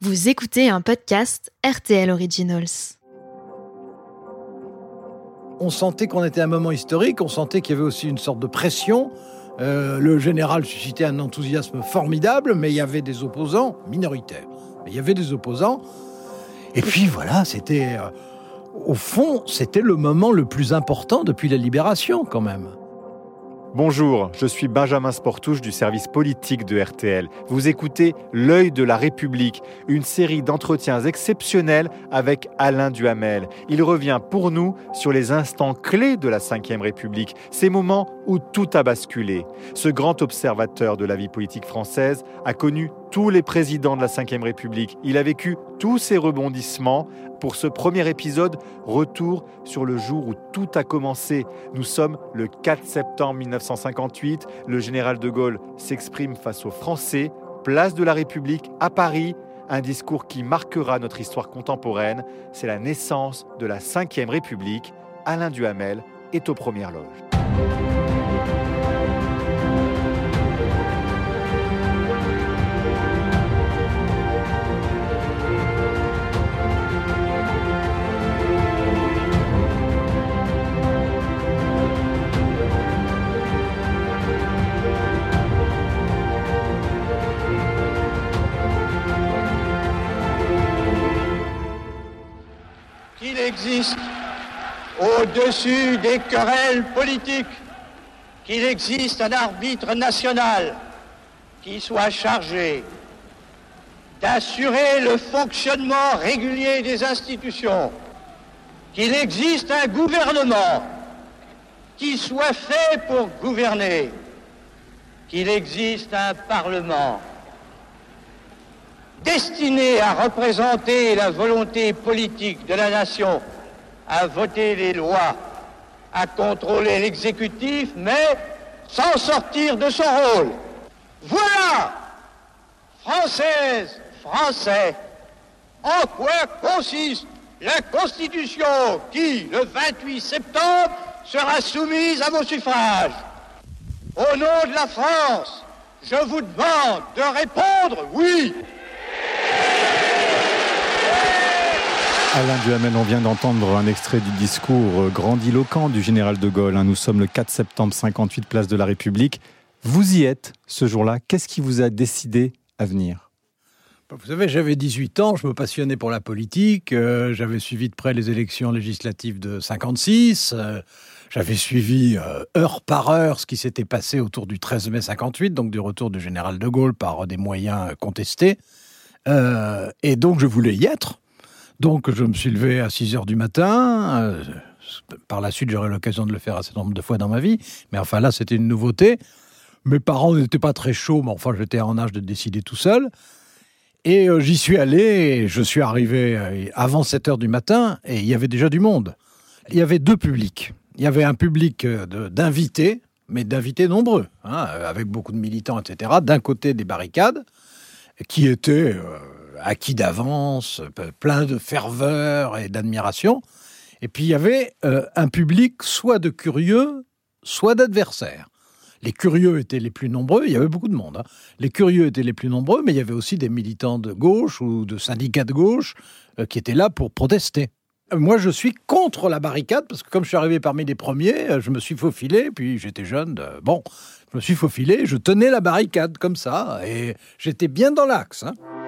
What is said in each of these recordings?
Vous écoutez un podcast RTL Originals. On sentait qu'on était à un moment historique, on sentait qu'il y avait aussi une sorte de pression. Le général suscitait un enthousiasme formidable, mais il y avait des opposants minoritaires. Mais il y avait des opposants. Et puis voilà, c'était... au fond, c'était le moment le plus important depuis la libération, quand même. Bonjour, je suis Benjamin Sportouche du service politique de RTL. Vous écoutez L'œil de la République, une série d'entretiens exceptionnels avec Alain Duhamel. Il revient pour nous sur les instants clés de la Ve République, ces moments où tout a basculé. Ce grand observateur de la vie politique française a connu tous les présidents de la Ve République. Il a vécu tous ces rebondissements. Pour ce premier épisode, retour sur le jour où tout a commencé. Nous sommes le 4 septembre 1958. Le général de Gaulle s'exprime face aux Français. Place de la République à Paris. Un discours qui marquera notre histoire contemporaine. C'est la naissance de la Ve République. Alain Duhamel est aux premières loges. Qu'il existe au-dessus des querelles politiques, qu'il existe un arbitre national qui soit chargé d'assurer le fonctionnement régulier des institutions, qu'il existe un gouvernement qui soit fait pour gouverner, qu'il existe un Parlement destiné à représenter la volonté politique de la nation, à voter les lois, à contrôler l'exécutif, mais sans sortir de son rôle. Voilà, Françaises, Français, en quoi consiste la Constitution qui, le 28 septembre, sera soumise à vos suffrages. Au nom de la France, je vous demande de répondre oui. Alain Duhamel, on vient d'entendre un extrait du discours grandiloquent du général de Gaulle. Nous sommes le 4 septembre 58, place de la République. Vous y êtes ce jour-là. Qu'est-ce qui vous a décidé à venir ? Vous savez, j'avais 18 ans, je me passionnais pour la politique, j'avais suivi de près les élections législatives de 56, j'avais suivi heure par heure ce qui s'était passé autour du 13 mai 58, donc du retour du général de Gaulle par des moyens contestés, et donc je voulais y être. Donc je me suis levé à 6 heures du matin, par la suite j'aurai l'occasion de le faire un certain nombre de fois dans ma vie, mais enfin là c'était une nouveauté. Mes parents n'étaient pas très chauds, mais enfin j'étais en âge de décider tout seul. Et j'y suis allé, et je suis arrivé avant 7 heures du matin, et il y avait déjà du monde. Il y avait deux publics. Il y avait un public d'invités, mais d'invités nombreux, avec beaucoup de militants, etc. D'un côté des barricades, qui étaient acquis d'avance, plein de ferveur et d'admiration. Et puis il y avait un public soit de curieux, soit d'adversaires. Les curieux étaient les plus nombreux, il y avait beaucoup de monde. Les curieux étaient les plus nombreux, mais il y avait aussi des militants de gauche ou de syndicats de gauche qui étaient là pour protester. Moi, je suis contre la barricade, parce que comme je suis arrivé parmi les premiers, je me suis faufilé, puis j'étais jeune, je me suis faufilé, je tenais la barricade comme ça, et j'étais bien dans l'axe.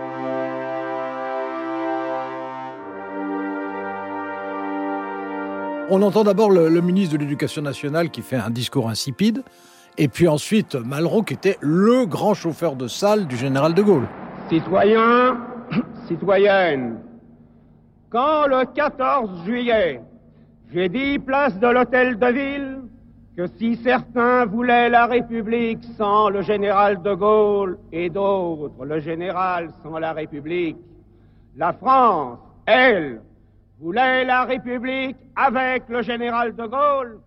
On entend d'abord le ministre de l'Éducation nationale qui fait un discours insipide, et puis ensuite Malraux qui était le grand chauffeur de salle du général de Gaulle. Citoyens, citoyennes, quand le 14 juillet, j'ai dit place de l'hôtel de ville que si certains voulaient la République sans le général de Gaulle et d'autres le général sans la République, la France, elle, voulait la République avec le général de Gaulle.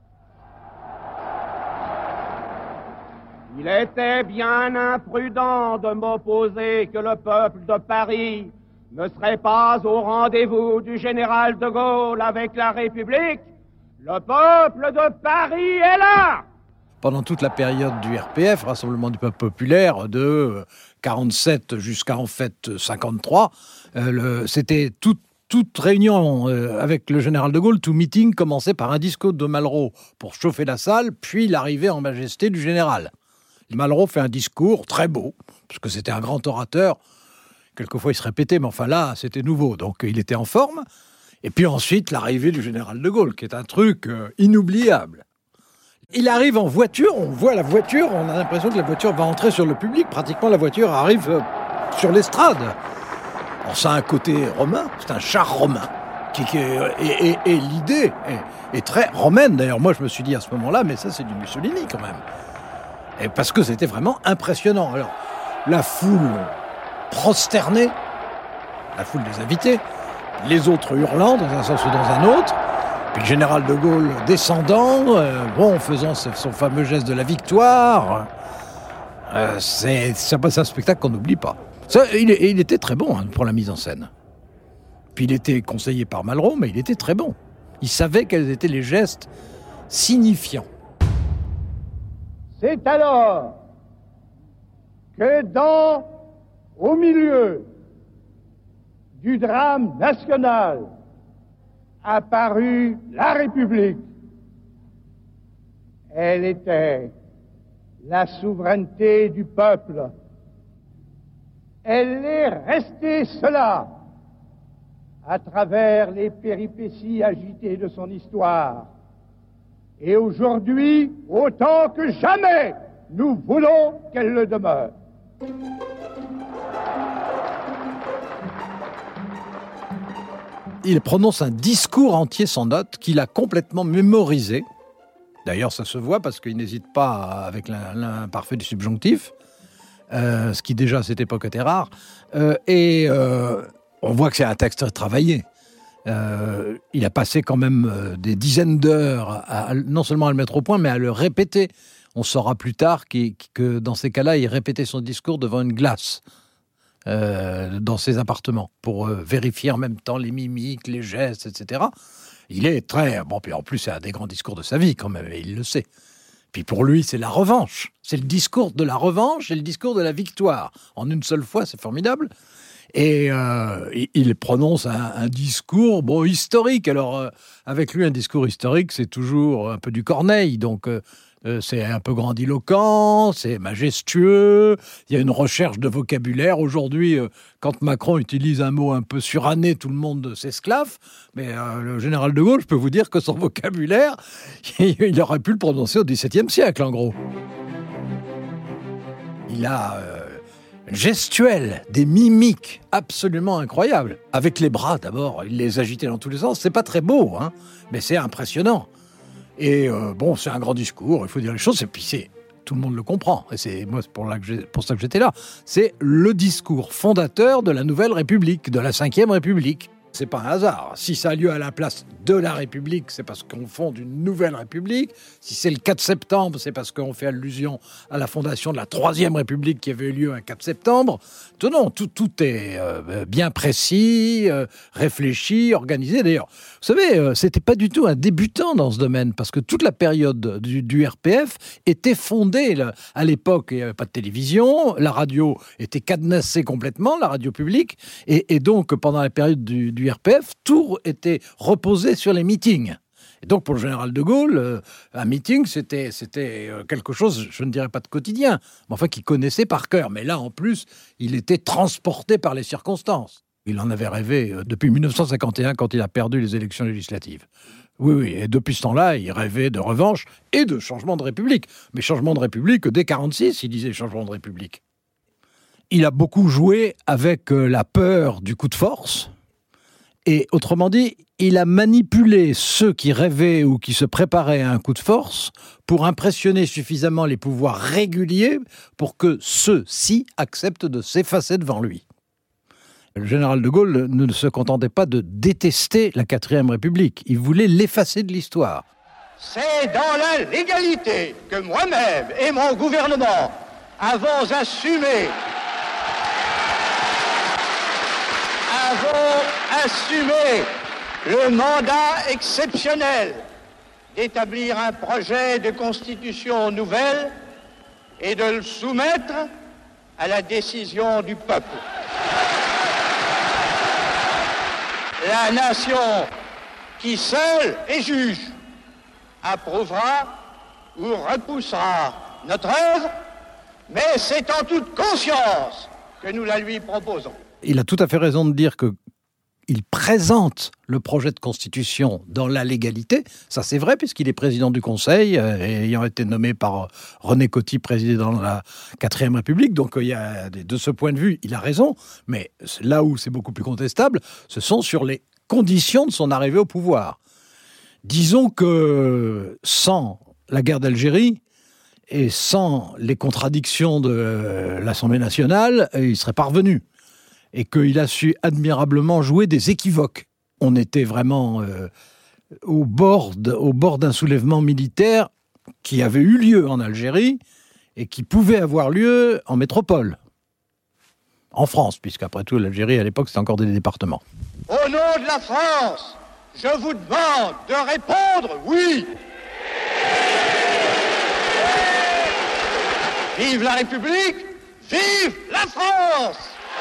Il était bien imprudent de m'opposer que le peuple de Paris ne serait pas au rendez-vous du général de Gaulle avec la République. Le peuple de Paris est là. pendant toute la période du RPF, Rassemblement du Peuple Populaire, de 47 jusqu'à en fait 53, c'était toute réunion avec le général de Gaulle, tout meeting commençait par un discours de Malraux pour chauffer la salle, puis l'arrivée en majesté du général. Malraux fait un discours très beau, parce que c'était un grand orateur. Quelquefois, il se répétait, mais enfin là, c'était nouveau. Donc, il était en forme. Et puis ensuite, l'arrivée du général de Gaulle, qui est un truc inoubliable. Il arrive en voiture, on voit la voiture, on a l'impression que la voiture va entrer sur le public. Pratiquement, la voiture arrive sur l'estrade. Alors, ça a un côté romain, c'est un char romain. Et l'idée est très romaine. D'ailleurs, moi, je me suis dit à ce moment-là, mais ça, c'est du Mussolini quand même. Et parce que c'était vraiment impressionnant. Alors, la foule prosternée, la foule des invités, les autres hurlant dans un sens ou dans un autre, puis le général de Gaulle descendant, faisant son fameux geste de la victoire. C'est un spectacle qu'on n'oublie pas. Ça, il était très bon pour la mise en scène. Puis il était conseillé par Malraux, mais il était très bon. Il savait quels étaient les gestes signifiants. C'est alors que au milieu du drame national apparut la République. Elle était la souveraineté du peuple. Elle est restée cela à travers les péripéties agitées de son histoire. Et aujourd'hui, autant que jamais, nous voulons qu'elle le demeure. Il prononce un discours entier sans notes qu'il a complètement mémorisé. D'ailleurs, ça se voit parce qu'il n'hésite pas avec l'imparfait du subjonctif, ce qui déjà à cette époque était rare. On voit que c'est un texte travaillé. Il a passé quand même des dizaines d'heures non seulement à le mettre au point, mais à le répéter. On saura plus tard que dans ces cas-là, il répétait son discours devant une glace dans ses appartements pour vérifier en même temps les mimiques, les gestes, etc. Il est très... Bon, puis en plus, c'est un des grands discours de sa vie quand même, et il le sait. Puis pour lui, c'est la revanche. C'est le discours de la revanche et le discours de la victoire. En une seule fois, c'est formidable. Et il prononce un discours historique. Alors, avec lui, un discours historique, c'est toujours un peu du Corneille. Donc, c'est un peu grandiloquent, c'est majestueux. Il y a une recherche de vocabulaire. Aujourd'hui, quand Macron utilise un mot un peu suranné, tout le monde s'esclaffe. Mais le général de Gaulle, je peux vous dire que son vocabulaire, il aurait pu le prononcer au XVIIe siècle, en gros. Il a... gestuelle, des mimiques absolument incroyables. Avec les bras d'abord, il les agitait dans tous les sens. C'est pas très beau, mais c'est impressionnant. Et c'est un grand discours, il faut dire les choses, et puis tout le monde le comprend. Et c'est pour ça que j'étais là. C'est le discours fondateur de la Nouvelle République, de la Ve République. C'est pas un hasard. Si ça a lieu à la place de la République, c'est parce qu'on fonde une nouvelle République. Si c'est le 4 septembre, c'est parce qu'on fait allusion à la fondation de la Troisième République qui avait eu lieu un 4 septembre. Non, tout est bien précis, réfléchi, organisé. D'ailleurs, vous savez, c'était pas du tout un débutant dans ce domaine, parce que toute la période du RPF était fondée. À l'époque, il n'y avait pas de télévision, la radio était cadenassée complètement, la radio publique, et donc pendant la période du RPF, tout était reposé sur les meetings. Et donc, pour le général de Gaulle, un meeting, c'était quelque chose, je ne dirais pas de quotidien, mais enfin qu'il connaissait par cœur. Mais là, en plus, il était transporté par les circonstances. Il en avait rêvé depuis 1951, quand il a perdu les élections législatives. Oui, et depuis ce temps-là, il rêvait de revanche et de changement de République. Mais changement de République, dès 1946, il disait changement de République. Il a beaucoup joué avec la peur du coup de force. Et autrement dit, il a manipulé ceux qui rêvaient ou qui se préparaient à un coup de force pour impressionner suffisamment les pouvoirs réguliers pour que ceux-ci acceptent de s'effacer devant lui. Le général de Gaulle ne se contentait pas de détester la 4e République, il voulait l'effacer de l'histoire. C'est dans la légalité que moi-même et mon gouvernement avons assumé le mandat exceptionnel d'établir un projet de constitution nouvelle et de le soumettre à la décision du peuple. La nation qui seule est juge approuvera ou repoussera notre œuvre, mais c'est en toute conscience que nous la lui proposons. Il a tout à fait raison de dire qu'il présente le projet de constitution dans la légalité. Ça, c'est vrai, puisqu'il est président du Conseil, ayant été nommé par René Coty, président de la 4e République. Donc, de ce point de vue, il a raison. Mais là où c'est beaucoup plus contestable, ce sont sur les conditions de son arrivée au pouvoir. Disons que sans la guerre d'Algérie et sans les contradictions de l'Assemblée nationale, il serait parvenu. Et qu'il a su admirablement jouer des équivoques. On était vraiment au bord d'un soulèvement militaire qui avait eu lieu en Algérie et qui pouvait avoir lieu en métropole. En France, puisqu'après tout, l'Algérie, à l'époque, c'était encore des départements. Au nom de la France, je vous demande de répondre oui. Vive la République, vive la France!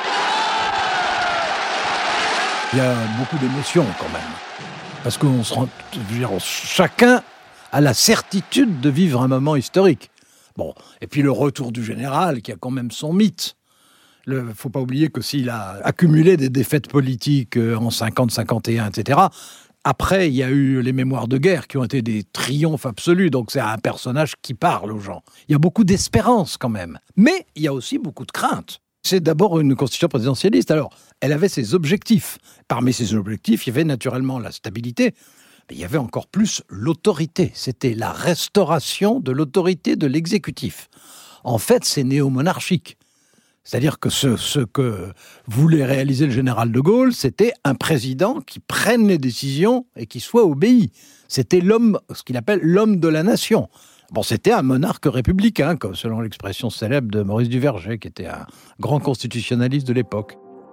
Il y a beaucoup d'émotions quand même, parce qu'on se rend, chacun a la certitude de vivre un moment historique. Bon, et puis le retour du général qui a quand même son mythe. Faut pas oublier que s'il a accumulé des défaites politiques en 50, 51, etc. Après, il y a eu les mémoires de guerre qui ont été des triomphes absolus. Donc c'est un personnage qui parle aux gens. Il y a beaucoup d'espérance quand même, mais il y a aussi beaucoup de crainte. C'est d'abord une constitution présidentialiste. Alors, elle avait ses objectifs. Parmi ses objectifs, il y avait naturellement la stabilité, mais il y avait encore plus l'autorité. C'était la restauration de l'autorité de l'exécutif. En fait, c'est néo-monarchique. C'est-à-dire que ce que voulait réaliser le général de Gaulle, c'était un président qui prenne les décisions et qui soit obéi. C'était l'homme, ce qu'il appelle l'homme de la nation. Bon, c'était un monarque républicain, comme selon l'expression célèbre de Maurice Duverger, qui était un grand constitutionnaliste de l'époque.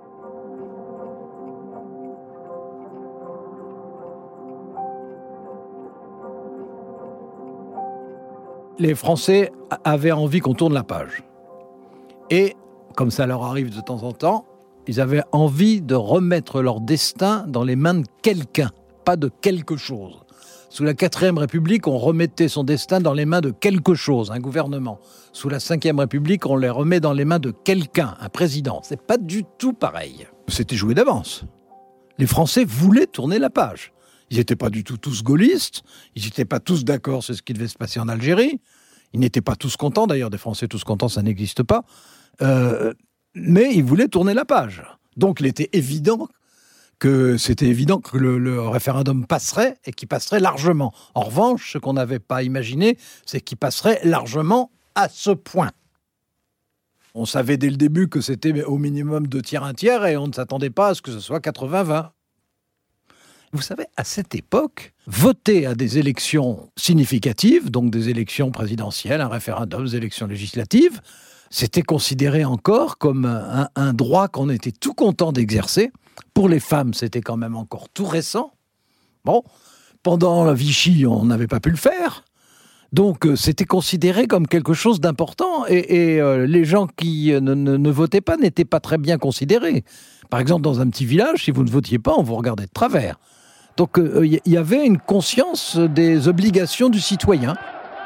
Les Français avaient envie qu'on tourne la page. Et, comme ça leur arrive de temps en temps, ils avaient envie de remettre leur destin dans les mains de quelqu'un, pas de quelque chose. Sous la 4e République, on remettait son destin dans les mains de quelque chose, un gouvernement. Sous la 5e République, on les remet dans les mains de quelqu'un, un président. C'est pas du tout pareil. C'était joué d'avance. Les Français voulaient tourner la page. Ils n'étaient pas du tout tous gaullistes, ils n'étaient pas tous d'accord sur ce qui devait se passer en Algérie. Ils n'étaient pas tous contents, d'ailleurs, des Français tous contents, ça n'existe pas. Mais ils voulaient tourner la page. Donc il était évident que le référendum passerait et qu'il passerait largement. En revanche, ce qu'on n'avait pas imaginé, c'est qu'il passerait largement à ce point. On savait dès le début que c'était au minimum 2 tiers, 1 tiers, et on ne s'attendait pas à ce que ce soit 80-20. Vous savez, à cette époque, voter à des élections significatives, donc des élections présidentielles, un référendum, des élections législatives, c'était considéré encore comme un droit qu'on était tout content d'exercer. Pour les femmes, c'était quand même encore tout récent. Bon, pendant la Vichy, on n'avait pas pu le faire. Donc, c'était considéré comme quelque chose d'important. Et les gens qui ne votaient pas n'étaient pas très bien considérés. Par exemple, dans un petit village, si vous ne votiez pas, on vous regardait de travers. Donc, il y avait une conscience des obligations du citoyen.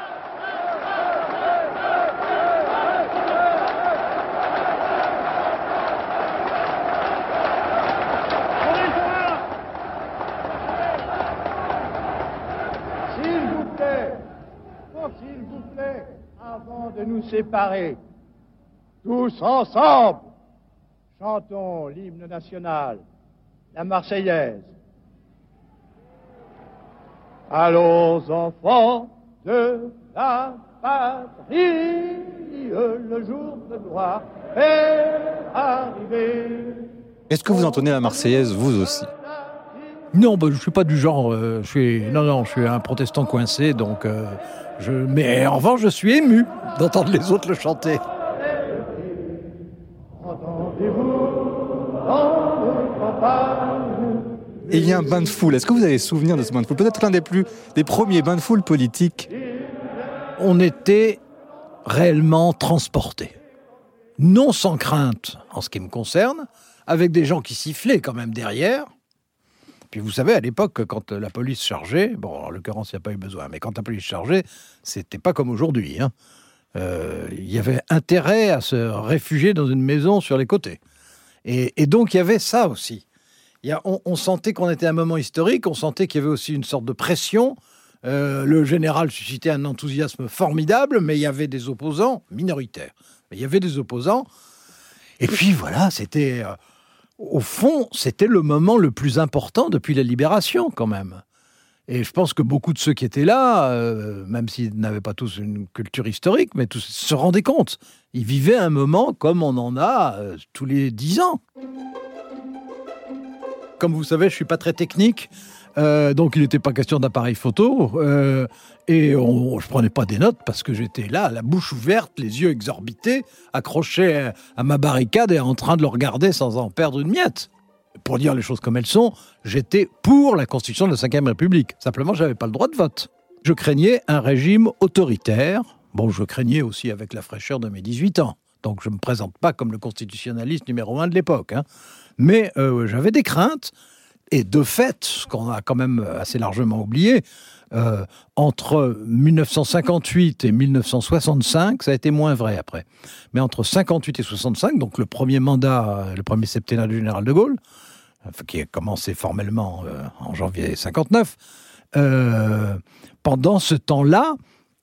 S'il vous plaît, avant de nous séparer, tous ensemble, chantons l'hymne national, la Marseillaise. Allons, enfants de la patrie, le jour de gloire est arrivé. Est-ce que vous entonnez la Marseillaise, vous aussi ? Non, je ne suis pas du genre... je suis un protestant coincé, donc... mais en revanche, je suis ému d'entendre les autres le chanter. Entendez-vous dans nos campagnes Et il y a un bain de foule. Est-ce que vous avez souvenir de ce bain de foule ? Peut-être l'un des premiers bains de foule politiques. On était réellement transportés. Non sans crainte, en ce qui me concerne, avec des gens qui sifflaient quand même derrière. Puis vous savez, à l'époque, quand la police chargeait, bon, en l'occurrence, il n'y a pas eu besoin, mais quand la police chargeait, c'était pas comme aujourd'hui. Il y avait intérêt à se réfugier dans une maison sur les côtés. Et donc, il y avait ça aussi. On sentait qu'on était à un moment historique, on sentait qu'il y avait aussi une sorte de pression. Le général suscitait un enthousiasme formidable, mais il y avait des opposants minoritaires. Mais il y avait des opposants. Et puis voilà, c'était... au fond, c'était le moment le plus important depuis la libération, quand même. Et je pense que beaucoup de ceux qui étaient là, même s'ils n'avaient pas tous une culture historique, mais tous se rendaient compte. Ils vivaient un moment comme on en a tous les 10 ans. Comme vous savez, je ne suis pas très technique, donc il n'était pas question d'appareil photo. Et je ne prenais pas des notes parce que j'étais là, la bouche ouverte, les yeux exorbités, accroché à ma barricade et en train de le regarder sans en perdre une miette. Pour dire les choses comme elles sont, j'étais pour la constitution de la Ve République. Simplement, je n'avais pas le droit de vote. Je craignais un régime autoritaire. Bon, je craignais aussi avec la fraîcheur de mes 18 ans. Donc, je ne me présente pas comme le constitutionnaliste numéro 1 de l'époque. Mais j'avais des craintes. Et de fait, ce qu'on a quand même assez largement oublié, entre 1958 et 1965, ça a été moins vrai après, mais entre 58 et 65, donc le premier mandat, le premier septennat du général de Gaulle, qui a commencé formellement en janvier 59, pendant ce temps-là,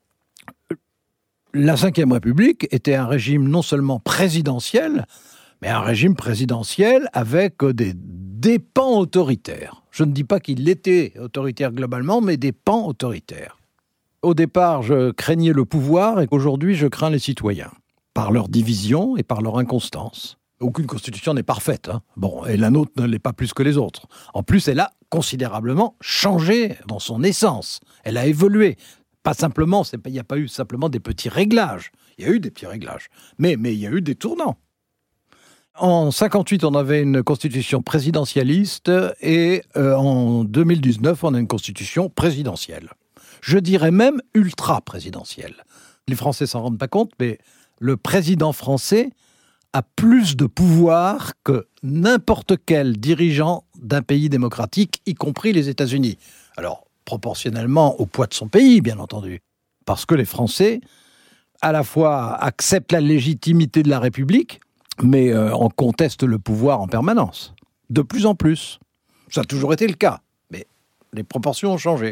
la Ve République était un régime non seulement présidentiel, mais un régime présidentiel avec des pans autoritaires. Je ne dis pas qu'il était autoritaire globalement, mais des pans autoritaires. Au départ, je craignais le pouvoir et qu'aujourd'hui, je crains les citoyens, par leur division et par leur inconstance. Aucune constitution n'est parfaite. Bon, et la nôtre ne l'est pas plus que les autres. En plus, elle a considérablement changé dans son essence. Elle a évolué. Pas simplement, il n'y a pas eu simplement des petits réglages. Il y a eu des petits réglages, mais il y a eu des tournants. En 58, on avait une constitution présidentialiste et en 2019, on a une constitution présidentielle. Je dirais même ultra-présidentielle. Les Français s'en rendent pas compte, mais le président français a plus de pouvoir que n'importe quel dirigeant d'un pays démocratique, y compris les États-Unis. Alors, proportionnellement au poids de son pays, bien entendu. Parce que les Français, à la fois, acceptent la légitimité de la République, mais on conteste le pouvoir en permanence. De plus en plus. Ça a toujours été le cas, mais les proportions ont changé.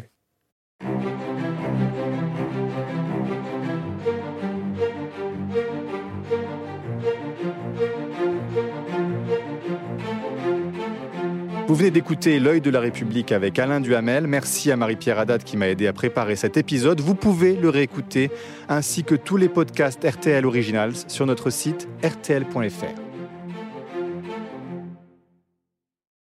Vous venez d'écouter L'œil de la République avec Alain Duhamel. Merci à Marie-Pierre Haddad qui m'a aidé à préparer cet épisode. Vous pouvez le réécouter ainsi que tous les podcasts RTL Originals sur notre site rtl.fr.